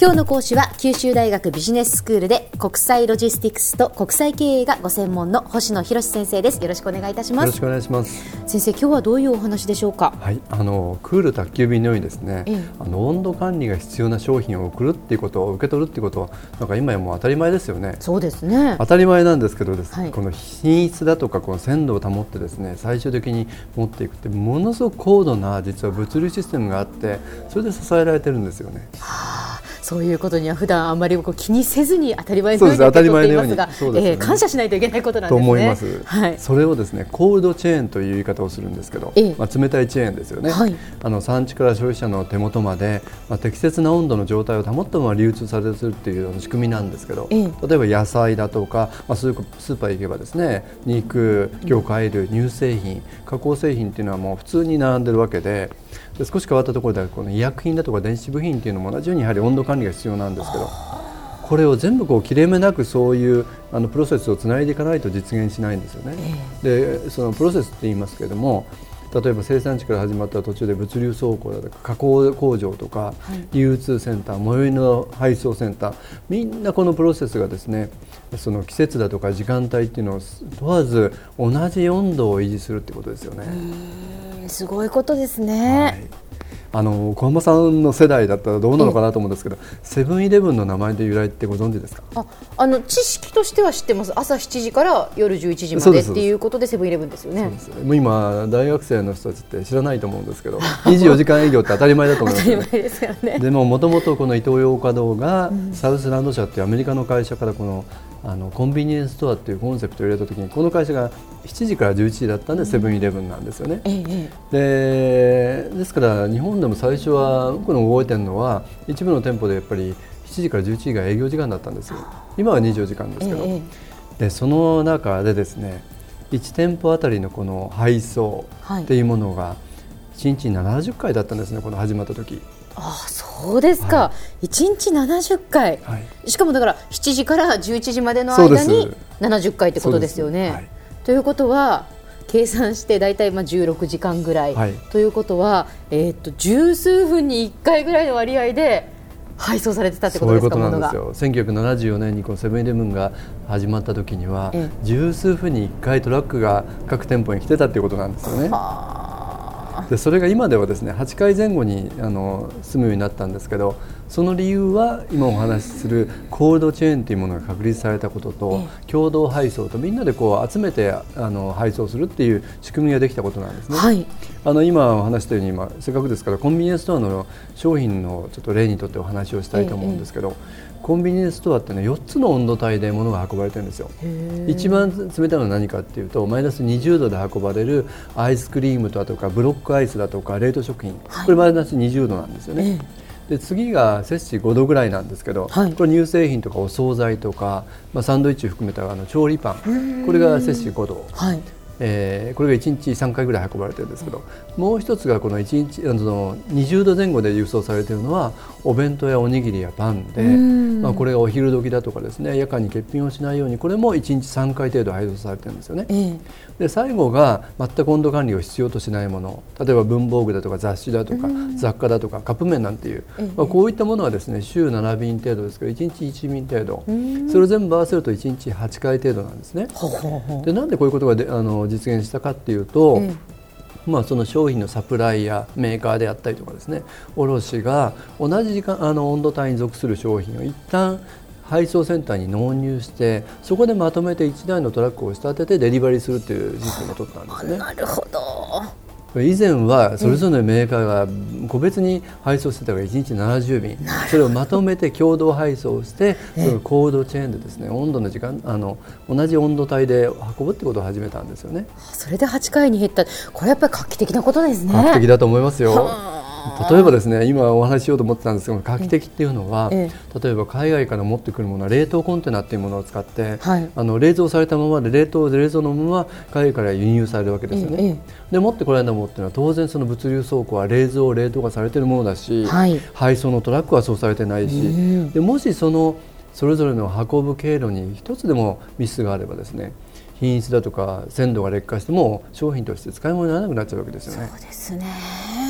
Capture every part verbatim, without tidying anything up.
今日の講師は九州大学ビジネススクールで国際ロジスティクスと国際経営がご専門の星野博先生です。よろしくお願いいたします。 よろしくお願いします。 先生、今日はどういうお話でしょうか。 はい、あのクール宅急便のようにですね、ええ、あの温度管理が必要な商品を送るっていうことを受け取るっていうことはなんか今やもう当たり前ですよね。 そうですね、 当たり前なんですけどです、ね、 はい、 この品質だとかこの鮮度を保ってですね最終的に持っていくってものすごく高度な実は物流システムがあってそれで支えられてるんですよね。 はあ、そういうことには普段あんまりこう気にせずに当たり前のように受け取っていますが、そうです、ね、えー、感謝しないといけないことなんですね。 と思います、 はい、 それをですねコールドチェーンという言い方をするんですけど、ええ、まあ、冷たいチェーンですよね、はい、あの産地から消費者の手元まで、まあ、適切な温度の状態を保ったまま流通されるという仕組みなんですけど、ええ、例えば野菜だとか、まあ、スーパー行けばですね肉、魚介類、乳製品、加工製品というのはもう普通に並んでるわけで、で少し変わったところではこの医薬品だとか電子部品というのも同じようにやはり温度管理が必要なんですけど、これを全部こう切れ目なくそういうあのプロセスをつないでいかないと実現しないんですよね、えー、でそのプロセスって言いますけれども、例えば生産地から始まった途中で物流倉庫だとか加工工場とか、はい、流通センター、最寄りの配送センター、みんなこのプロセスがですねその季節だとか時間帯っていうのを問わず同じ温度を維持するってことですよね。 うーん、すごいことですね、はい、 あの小浜さんの世代だったらどうなのかなと思うんですけど、セブンイレブンの名前で由来ってご存知ですか。 ああの知識としては知ってます。朝しちじから夜じゅういちじまでっていうことでセブンイレブンですよね。そうです。 もう今大学生の人たちって知らないと思うんですけどにじゅうよじかん営業って当たり前だと思いますよね。当たり前ですよね。でももともとこのイトーヨーカドーが、うん、サウスランド社っていうアメリカの会社からこのあのコンビニエンスストアっていうコンセプトを入れたときにこの会社がしちじからじゅういちじだったんでセブンイレブンなんですよね、ええ、で, ですから日本でも最初は僕の覚えてるのは一部の店舗でやっぱりしちじからじゅういちじが営業時間だったんですよ。今はにじゅうよじかんですけど、ええ、でその中でですねいち店舗あたりのこの配送っていうものがいちにちななじゅっかいだったんですね、この始まった時。 ああ、そうですか、はい、いちにちななじゅっかい、はい、しかもだからしちじからじゅういちじまでの間にななじゅっかいってことですよね、はい、ということは計算してだいたいまあじゅうろくじかんぐらい、はい、ということは、えー、っと十数分にいっかいぐらいの割合で配送されてたってことですか。 そういうことなんですよ。せんきゅうひゃくななじゅうよねんにこのセブンイレブンが始まった時には、ええ、十数分にいっかいトラックが各店舗に来てたっていうことなんですよね。でそれが今ではですねはちかいぜん後にあの済むようになったんですけど、その理由は今お話しするコールドチェーンというものが確立されたことと、共同配送とみんなでこう集めてあの配送するっていう仕組みができたことなんですね、はい、あの今お話したように今せっかくですからコンビニエンスストアの商品のちょっと例にとってお話をしたいと思うんですけど、コンビニエンスストアってねよっつの温度帯で物が運ばれてるんですよ。一番冷たいのは何かっていうとマイナスにじゅうどで運ばれるアイスクリームだとかブロックアイスだとか冷凍食品、はい、これマイナスにじゅうどなんですよね、えー、で次が摂氏ごどぐらいなんですけど、はい、これ乳製品とかお惣菜とか、まあ、サンドイッチ含めたあの調理パン、これが摂氏ごど、はい、えー、これがいちにちさんかいぐらい運ばれてるんですけど、もう一つがこのいちにちあのにじゅうどぜん後で輸送されているのはお弁当やおにぎりやパンで、まあ、これがお昼時だとかですね夜間に欠品をしないようにこれもいちにちさんかい程度配送されてるんですよね、えー、で最後が全く温度管理を必要としないもの、例えば文房具だとか雑誌だとか雑貨だとかカップ麺なんていう、えーまあ、こういったものはですね週ななびん程度ですけどいちにちいちびん程度、それを全部合わせるといちにちはちかい程度なんですね。でなんでこういうことがであの実現したかっていうと、えーまあ、その商品のサプライヤーメーカーであったりとかですね卸が同じ時間あの温度帯に属する商品を一旦配送センターに納入してそこでまとめていちだいのトラックを仕立ててデリバリーするっていうシステムを取ったんですね。 なるほど。 以前はそれぞれのメーカーが個別に配送してたからいちにちななじゅうびん、それをまとめて共同配送してそのコールドチェーンでですね温度の時間あの同じ温度帯で運ぶってことを始めたんですよね。 それではちかいに減った。これやっぱり画期的なことですね。 画期的だと思いますよ。例えばですね今お話ししようと思ってたんですけど画期的っていうのは、ええ、例えば海外から持ってくるものは冷凍コンテナっていうものを使って、はい、あの冷蔵されたままで冷凍で冷蔵のまま海外から輸入されるわけですよね、ええ、で持ってこられたものっていうのは当然その物流倉庫は冷蔵冷凍がされているものだし、はい、配送のトラックはそうされてないし、うん、でもしそのそれぞれの運ぶ経路に一つでもミスがあればですね品質だとか鮮度が劣化しても商品として使い物にならなくなっちゃうわけですよね。 そうですね。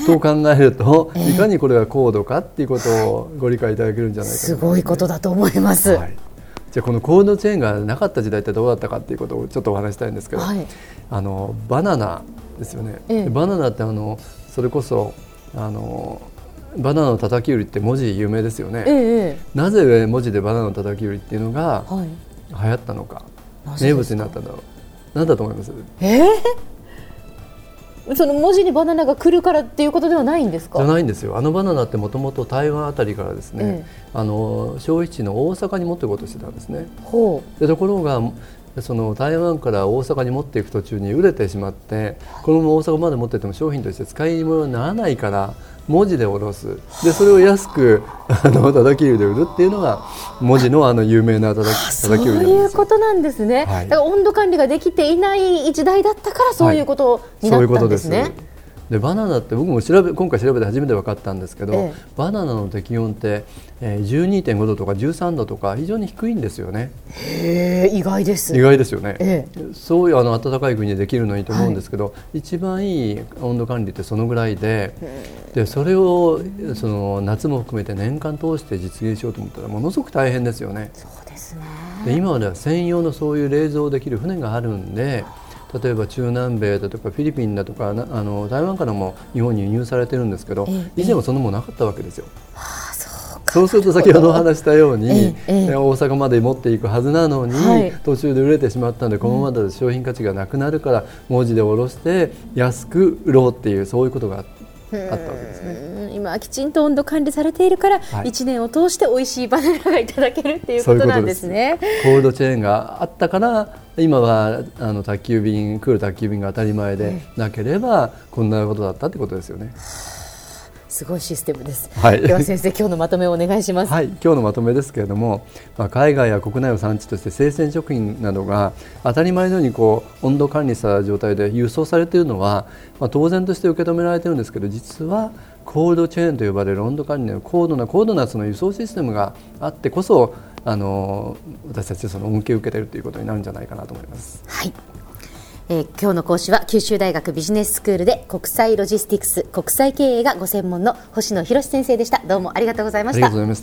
と考えると、えー、いかにこれが高度かっていうことをご理解いただけるんじゃないかな、 すごいことだと思います、はい、 じゃあこのコールドチェーンがなかった時代ってどうだったかっていうことをちょっとお話したいんですけど、はい、あのバナナですよね、えー、バナナってあのそれこそあのバナナの叩き売りって文字有名ですよね、ええ、なぜ文字でバナナの叩き売りっていうのが流行ったのか、はい、名物になったんだろう、何だと思います？ えー、その文字にバナナが来るからっていうことではないんですか？ じゃないんですよ。あのバナナってもともと台湾あたりからですね、ええ、あの消費地の大阪に持っていこうとしてたんですね。ほう。でところがその台湾から大阪に持っていく途中に売れてしまって、このまま大阪まで持っていっても商品として使い物にならないから文字で下ろす、でそれを安くあの叩き売りで売るっていうのが文字のあの有名な叩き、叩き売りなんですよ。 そういうことなんですね、はい、だから温度管理ができていない時代だったからそういうことになったんですね、はい、そういうことです。でバナナって僕も調べ今回調べて初めて分かったんですけど、ええ、バナナの適温って、えー、じゅうにてんごどとかじゅうさんどとか非常に低いんですよね。 へー、意外です。 意外ですよね、ええ、そういうあの暖かい国でできるのいいと思うんですけど、はい、一番いい温度管理ってそのぐらいで、でそれをその夏も含めて年間通して実現しようと思ったらものすごく大変ですよね。 そうですね。 で今では専用のそういう冷蔵できる船があるんで、例えば中南米だとかフィリピンだとかあの台湾からも日本に輸入されてるんですけど、ええ、以前はそんなものなかったわけですよ。 はあ、そうか。 そうすると先ほどお話したように、ええ、大阪まで持っていくはずなのに、はい、途中で売れてしまったのでこのままだと商品価値がなくなるから文字で下ろして安く売ろうっていうそういうことがあってあったわけですね。 今きちんと温度管理されているから、はい、いちねんを通して美味しいバナナがいただけるっていうことなんですね。 そういうことです。コールドチェーンがあったから今はあの宅急便クール宅急便が当たり前でなければこんなことだったってことですよね。 すごいシステムです、 はい、 では先生今日のまとめをお願いします。 はい、今日のまとめですけれども、まあ、海外や国内を産地として生鮮食品などが当たり前のようにこう温度管理した状態で輸送されているのは、まあ、当然として受け止められているんですけど、実はコールドチェーンと呼ばれる温度管理の高度な高度なその輸送システムがあってこそあの私たちその恩恵を受けているということになるんじゃないかなと思います。 はい、えー、今日の講師は九州大学ビジネススクールで国際ロジスティクス国際経営がご専門の星野博先生でした。どうもありがとうございました。 ありがとうございました。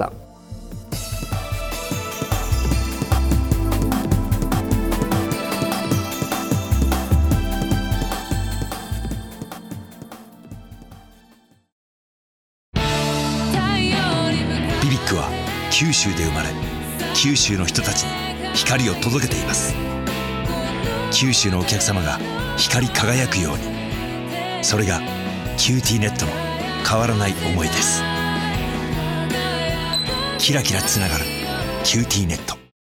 ビビックは九州で生まれ九州の人たちに光を届けています。九州のお客様が光り輝くように、それがキューティーネットの変わらない思いです。キラキラつながるキューティーネット。